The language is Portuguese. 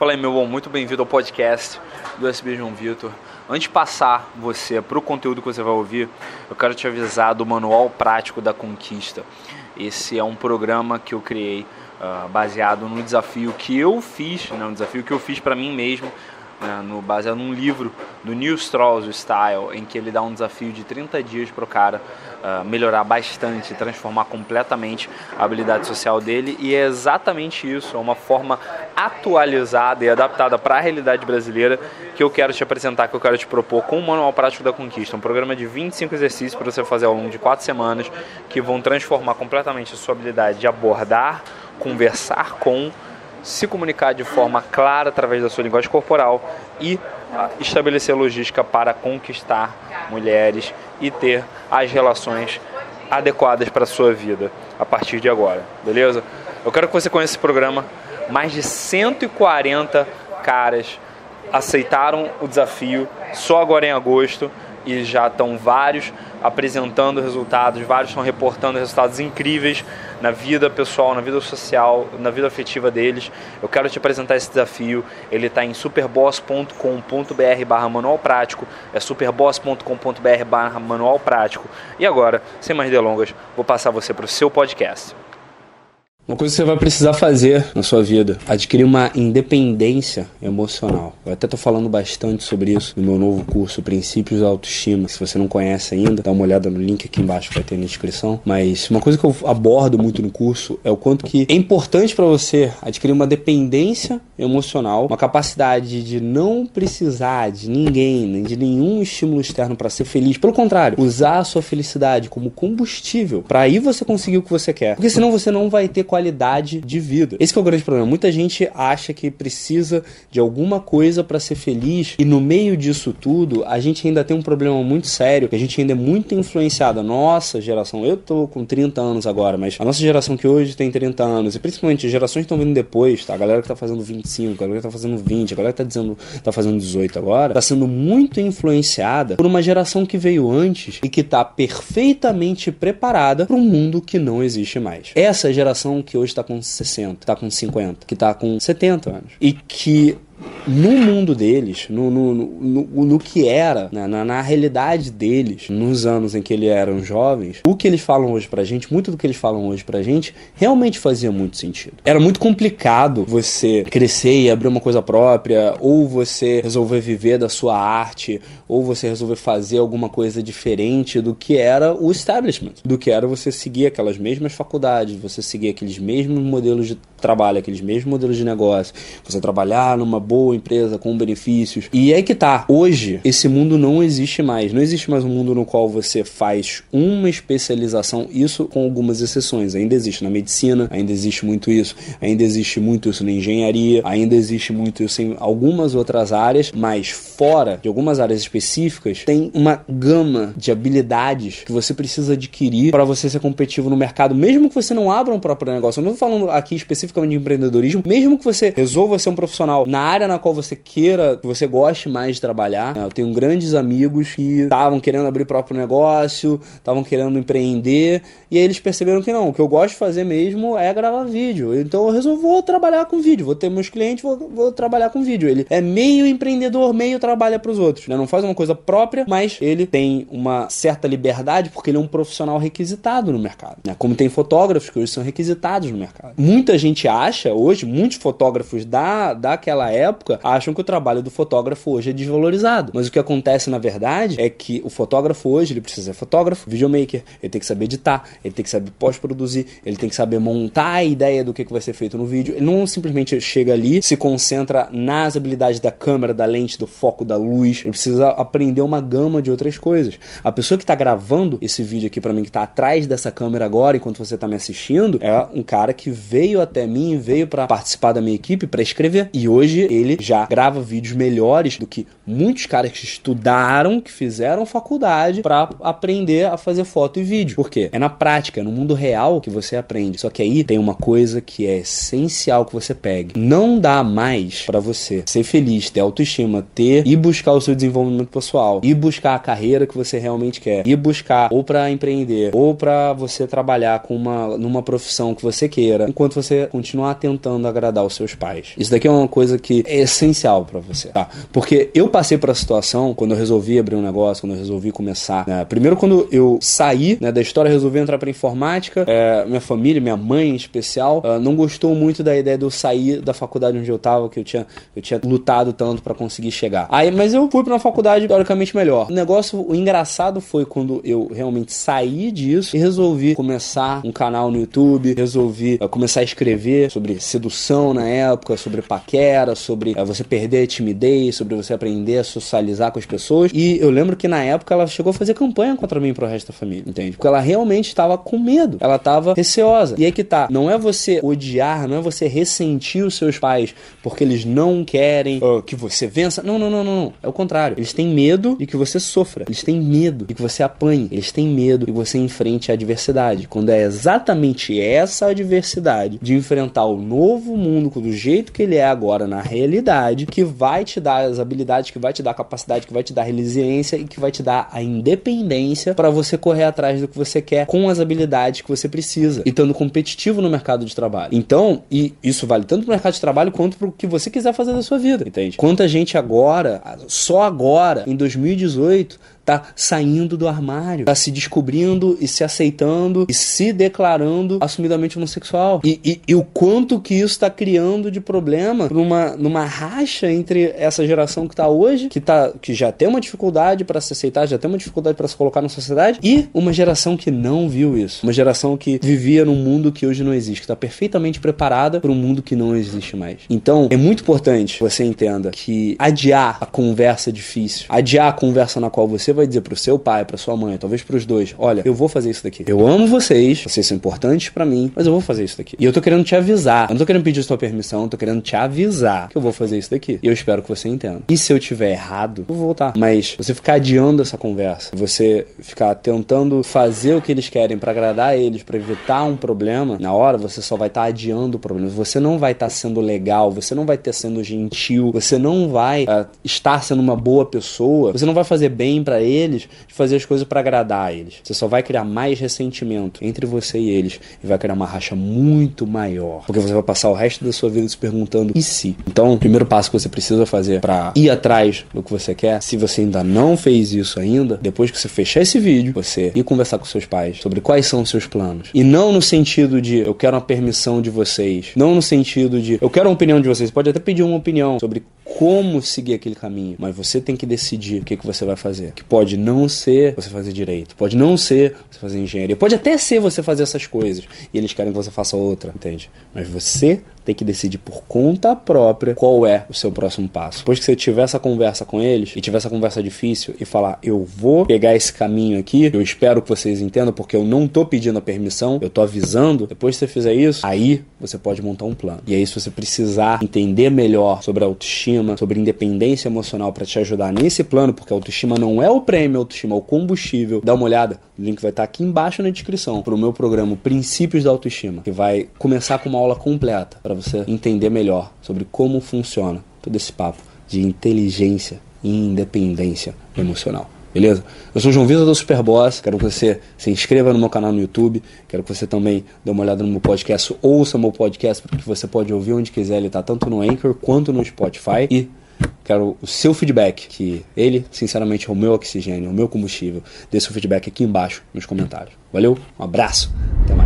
Fala aí, meu bom, muito bem-vindo ao podcast do SB João Vitor. Antes de passar você para o conteúdo que você vai ouvir, eu quero te avisar do Manual Prático da Conquista. Esse é um programa que eu criei baseado no desafio que eu fiz, um desafio que eu fiz para mim mesmo, baseado num livro do Neil Strauss, o Style, em que ele dá um desafio de 30 dias para o cara melhorar bastante, transformar completamente a habilidade social dele, e é exatamente isso, é uma forma atualizada e adaptada para a realidade brasileira que eu quero te apresentar, que eu quero te propor com o Manual Prático da Conquista, um programa de 25 exercícios para você fazer ao longo de 4 semanas, que vão transformar completamente a sua habilidade de abordar, conversar com, se comunicar de forma clara através da sua linguagem corporal e estabelecer logística para conquistar mulheres e ter as relações adequadas para a sua vida a partir de agora, beleza? Eu quero que você conheça esse programa. Mais de 140 caras aceitaram o desafio só agora em agosto e já estão vários apresentando resultados, vários estão reportando resultados incríveis na vida pessoal, na vida social, na vida afetiva deles. Eu quero te apresentar esse desafio. Ele está em superboss.com.br/manual prático, é superboss.com.br/manual prático. E agora, sem mais delongas, vou passar você para o seu podcast. Uma coisa que você vai precisar fazer na sua vida: adquirir uma independência emocional. Eu até estou falando bastante sobre isso no meu novo curso, Princípios da Autoestima. Se você não conhece ainda, dá uma olhada no link aqui embaixo que vai ter na descrição. Mas uma coisa que eu abordo muito no curso é o quanto que é importante para você adquirir uma dependência emocional, uma capacidade de não precisar de ninguém, nem de nenhum estímulo externo para ser feliz. Pelo contrário, usar a sua felicidade como combustível para aí você conseguir o que você quer. Porque senão você não vai ter qualidade de vida. Esse que é o grande problema. Muita gente acha que precisa de alguma coisa para ser feliz, e no meio disso tudo a gente ainda tem um problema muito sério, que a gente ainda é muito influenciado. A nossa geração, eu tô com 30 anos agora, mas a nossa geração que hoje tem 30 anos, e principalmente as gerações que estão vindo depois, tá? A galera que tá fazendo 25, a galera que tá fazendo 20, a galera que tá fazendo 18 agora, tá sendo muito influenciada por uma geração que veio antes e que tá perfeitamente preparada para um mundo que não existe mais. Essa geração que hoje está com 60, está com 50, que está com 70 anos. E que no mundo deles, no que era, na realidade deles, nos anos em que eles eram jovens, o que eles falam hoje pra gente, muito do que eles falam hoje pra gente, realmente fazia muito sentido. Era muito complicado você crescer e abrir uma coisa própria, ou você resolver viver da sua arte, ou você resolver fazer alguma coisa diferente do que era o establishment, do que era você seguir aquelas mesmas faculdades, você seguir aqueles mesmos modelos de trabalho, aqueles mesmos modelos de negócio, você trabalhar numa boa empresa com benefícios. E aí que tá, hoje esse mundo não existe mais. Não existe mais um mundo no qual você faz uma especialização, isso com algumas exceções. Ainda existe na medicina, ainda existe muito isso, ainda existe muito isso na engenharia, ainda existe muito isso em algumas outras áreas, mas fora de algumas áreas específicas, tem uma gama de habilidades que você precisa adquirir para você ser competitivo no mercado, mesmo que você não abra um próprio negócio. Eu não estou falando aqui especificamente de empreendedorismo, mesmo que você resolva ser um profissional na área na qual você queira, que você goste mais de trabalhar. Eu tenho grandes amigos que estavam querendo abrir próprio negócio, estavam querendo empreender, e aí eles perceberam que não, o que eu gosto de fazer mesmo é gravar vídeo. Então eu vou trabalhar com vídeo, vou ter meus clientes, vou trabalhar com vídeo. Ele é meio empreendedor, meio trabalha para os outros, né? Não faz uma coisa própria, mas ele tem uma certa liberdade porque ele é um profissional requisitado no mercado, né? Como tem fotógrafos que hoje são requisitados no mercado. Muita gente acha hoje, muitos fotógrafos daquela época acham que o trabalho do fotógrafo hoje é desvalorizado. Mas o que acontece na verdade é que o fotógrafo hoje, ele precisa ser fotógrafo, videomaker, ele tem que saber editar, ele tem que saber pós-produzir, ele tem que saber montar a ideia do que vai ser feito no vídeo. Ele não simplesmente chega ali, se concentra nas habilidades da câmera, da lente, do foco, da luz. Ele precisa aprender uma gama de outras coisas. A pessoa que está gravando esse vídeo aqui pra mim, que está atrás dessa câmera agora, enquanto você está me assistindo, é um cara que veio até mim, veio para participar da minha equipe, para escrever. E hoje ele já grava vídeos melhores do que muitos caras que estudaram, que fizeram faculdade para aprender a fazer foto e vídeo. Por quê? É na prática, é no mundo real que você aprende. Só que aí tem uma coisa que é essencial que você pegue. Não dá mais para você ser feliz, ter autoestima, ir buscar o seu desenvolvimento pessoal, ir buscar a carreira que você realmente quer, ir buscar ou para empreender, ou para você trabalhar numa profissão que você queira, enquanto você continuar tentando agradar os seus pais. Isso daqui é uma coisa que é essencial pra você, tá? Porque eu passei por essa situação quando eu resolvi abrir um negócio, quando eu resolvi começar, né? Primeiro, quando eu saí, né, da história, resolvi entrar pra informática, minha família, minha mãe em especial, não gostou muito da ideia de eu sair da faculdade onde eu tava, que eu tinha lutado tanto pra conseguir chegar. Mas eu fui pra uma faculdade teoricamente melhor. O engraçado foi quando eu realmente saí disso e resolvi começar um canal no YouTube, resolvi começar a escrever sobre sedução na época, sobre paquera, sobre você perder a timidez, sobre você aprender a socializar com as pessoas. E eu lembro que na época ela chegou a fazer campanha contra mim e pro resto da família, entende? Porque ela realmente estava com medo, ela estava receosa. E aí que tá, não é você odiar, não é você ressentir os seus pais porque eles não querem que você vença. Não. É o contrário. Eles têm medo de que você sofra. Eles têm medo de que você apanhe. Eles têm medo de que você enfrente a adversidade. Quando é exatamente essa adversidade de enfrentar o novo mundo do jeito que ele é agora na realidade, que vai te dar as habilidades, que vai te dar a capacidade, que vai te dar a resiliência e que vai te dar a independência para você correr atrás do que você quer com as habilidades que você precisa e estando competitivo no mercado de trabalho. Então, e isso vale tanto pro mercado de trabalho quanto pro que você quiser fazer da sua vida, entende? Quanta gente agora, só agora, em 2018, tá saindo do armário, tá se descobrindo e se aceitando e se declarando assumidamente homossexual. E o quanto que isso tá criando de problema numa racha entre essa geração que tá hoje, que já tem uma dificuldade para se aceitar, já tem uma dificuldade para se colocar na sociedade, e uma geração que não viu isso. Uma geração que vivia num mundo que hoje não existe, que tá perfeitamente preparada para um mundo que não existe mais. Então, é muito importante que você entenda que adiar a conversa difícil, adiar a conversa na qual você vai dizer pro seu pai, pra sua mãe, talvez pros dois, olha, eu vou fazer isso daqui. Eu amo vocês são importantes pra mim, mas eu vou fazer isso daqui. E eu tô querendo te avisar. Eu não tô querendo pedir sua permissão, eu tô querendo te avisar que eu vou fazer isso daqui. E eu espero que você entenda. E se eu tiver errado, eu vou voltar. Mas você ficar adiando essa conversa, você ficar tentando fazer o que eles querem pra agradar eles, pra evitar um problema, na hora você só vai estar adiando o problema. Você não vai estar sendo legal, você não vai estar sendo gentil, você não vai estar sendo uma boa pessoa, você não vai fazer bem pra eles, de fazer as coisas pra agradar a eles. Você só vai criar mais ressentimento entre você e eles e vai criar uma racha muito maior, porque você vai passar o resto da sua vida se perguntando e se? Então, o primeiro passo que você precisa fazer pra ir atrás do que você quer, se você ainda não fez isso ainda, depois que você fechar esse vídeo, você ir conversar com seus pais sobre quais são os seus planos. E não no sentido de eu quero uma permissão de vocês, não no sentido de eu quero uma opinião de vocês, pode até pedir uma opinião sobre como seguir aquele caminho, mas você tem que decidir o que você vai fazer, que pode não ser você fazer direito, pode não ser você fazer engenharia, pode até ser você fazer essas coisas e eles querem que você faça outra, entende? Mas você tem que decidir por conta própria qual é o seu próximo passo. Depois que você tiver essa conversa com eles e tiver essa conversa difícil e falar, eu vou pegar esse caminho aqui, eu espero que vocês entendam porque eu não tô pedindo a permissão, eu tô avisando, depois que você fizer isso, aí você pode montar um plano. E aí se você precisar entender melhor sobre a autoestima, sobre independência emocional para te ajudar nesse plano, porque a autoestima não é o prêmio, a autoestima é o combustível, dá uma olhada, o link vai estar aqui embaixo na descrição para o meu programa Princípios da Autoestima, que vai começar com uma aula completa para você entender melhor sobre como funciona todo esse papo de inteligência e independência emocional. Beleza? Eu sou o João Vitor do Superboss, quero que você se inscreva no meu canal no YouTube, quero que você também dê uma olhada no meu podcast, ouça meu podcast, porque você pode ouvir onde quiser, ele tá tanto no Anchor quanto no Spotify, e quero o seu feedback, que ele, sinceramente, é o meu oxigênio, é o meu combustível. Dê seu feedback aqui embaixo nos comentários. Valeu, um abraço, até mais.